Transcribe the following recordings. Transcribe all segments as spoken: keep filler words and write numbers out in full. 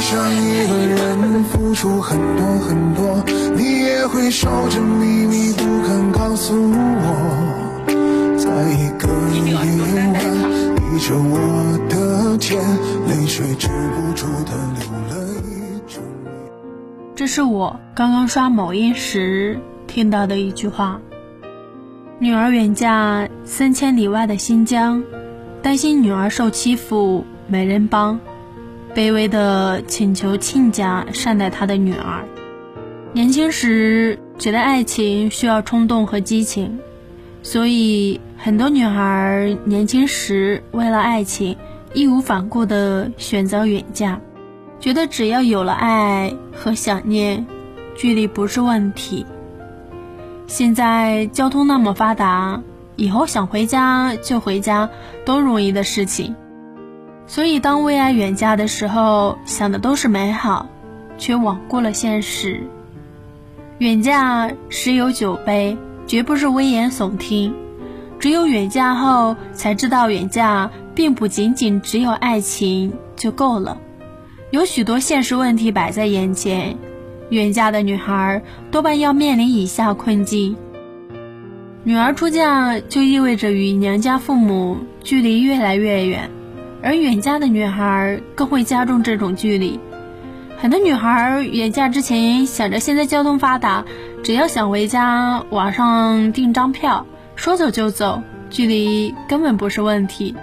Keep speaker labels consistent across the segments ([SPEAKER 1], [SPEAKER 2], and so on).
[SPEAKER 1] 上一个人付出很多很多，你也会守着秘密不肯告诉我，在一个夜晚依着我的肩，泪水止不住的流了一整夜。
[SPEAKER 2] 这是我刚刚刷某音时听到的一句话。女儿远嫁三千里外的新疆，担心女儿受欺负没人帮，卑微的请求亲家善待她的女儿。年轻时觉得爱情需要冲动和激情，所以很多女孩年轻时为了爱情义无反顾地选择远嫁，觉得只要有了爱和想念，距离不是问题。现在交通那么发达，以后想回家就回家都容易的事情，所以当为爱远嫁的时候，想的都是美好，却罔顾了现实。远嫁十有九悲，绝不是危言耸听，只有远嫁后才知道，远嫁并不仅仅只有爱情就够了，有许多现实问题摆在眼前。远嫁的女孩多半要面临以下困境：女儿出嫁就意味着与娘家父母距离越来越远，而远嫁的女孩更会加重这种距离。很多女孩远嫁之前想着现在交通发达，只要想回家，网上订张票，说走就走，距离根本不是问题。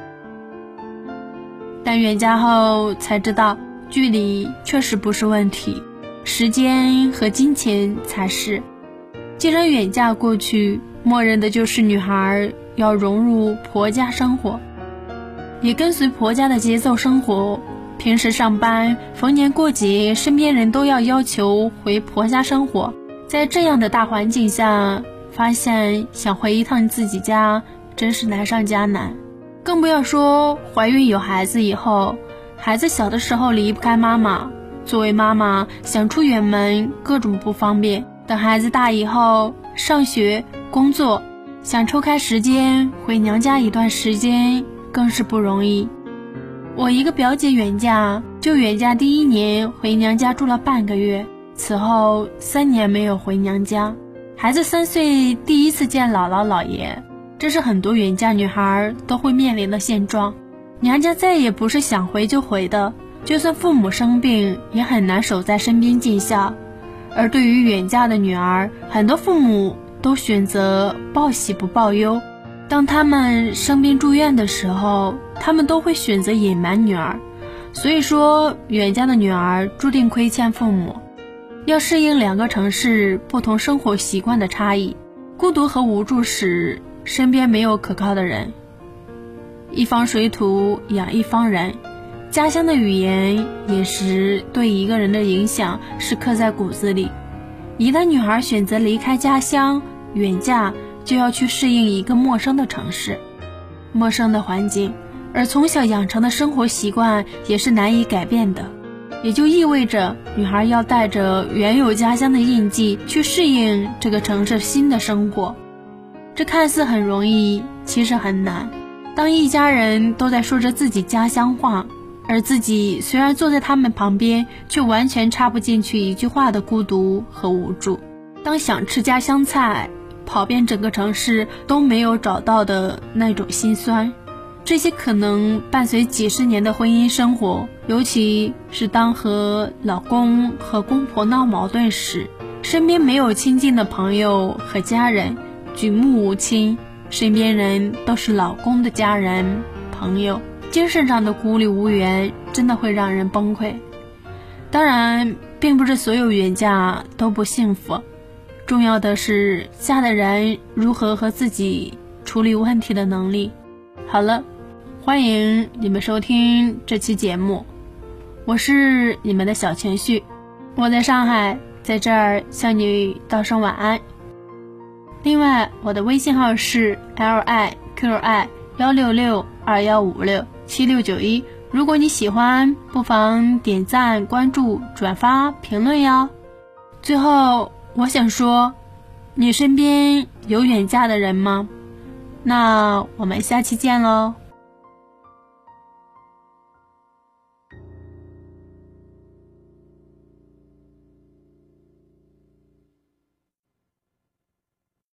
[SPEAKER 2] 但远嫁后才知道，距离确实不是问题，时间和金钱才是。既然远嫁过去，默认的就是女孩要融入婆家生活，也跟随婆家的节奏生活。平时上班，逢年过节，身边人都要要求回婆家生活。在这样的大环境下，发现想回一趟自己家真是难上加难。更不要说怀孕有孩子以后，孩子小的时候离不开妈妈，作为妈妈想出远门各种不方便，等孩子大以后上学工作，想抽开时间回娘家一段时间更是不容易。我一个表姐远嫁，就远嫁第一年回娘家住了半个月，此后三年没有回娘家。孩子三岁第一次见姥姥姥爷，这是很多远嫁女孩都会面临的现状。娘家再也不是想回就回的，就算父母生病也很难守在身边尽孝。而对于远嫁的女儿，很多父母都选择报喜不报忧，当他们生病住院的时候，他们都会选择隐瞒女儿。所以说，远嫁的女儿注定亏欠父母，要适应两个城市不同生活习惯的差异。孤独和无助时，身边没有可靠的人，一方水土养一方人，家乡的语言饮食对一个人的影响是刻在骨子里。一旦女孩选择离开家乡远嫁，就要去适应一个陌生的城市，陌生的环境，而从小养成的生活习惯也是难以改变的，也就意味着女孩要带着原有家乡的印记去适应这个城市新的生活。这看似很容易，其实很难。当一家人都在说着自己家乡话，而自己虽然坐在他们旁边，却完全插不进去一句话的孤独和无助。当想吃家乡菜，跑遍整个城市都没有找到的那种心酸，这些可能伴随几十年的婚姻生活，尤其是当和老公和公婆闹矛盾时，身边没有亲近的朋友和家人，举目无亲，身边人都是老公的家人朋友，精神上的孤立无援真的会让人崩溃。当然并不是所有远嫁都不幸福，重要的是嫁的人如何和自己处理问题的能力。好了，欢迎你们收听这期节目，我是你们的小情绪，我在上海，在这儿向你道声晚安。另外我的微信号是 L I Q I 一六六二一五六七六九一，如果你喜欢，不妨点赞关注转发评论哟。最后我想说，你身边有远嫁的人吗？那我们下期见喽。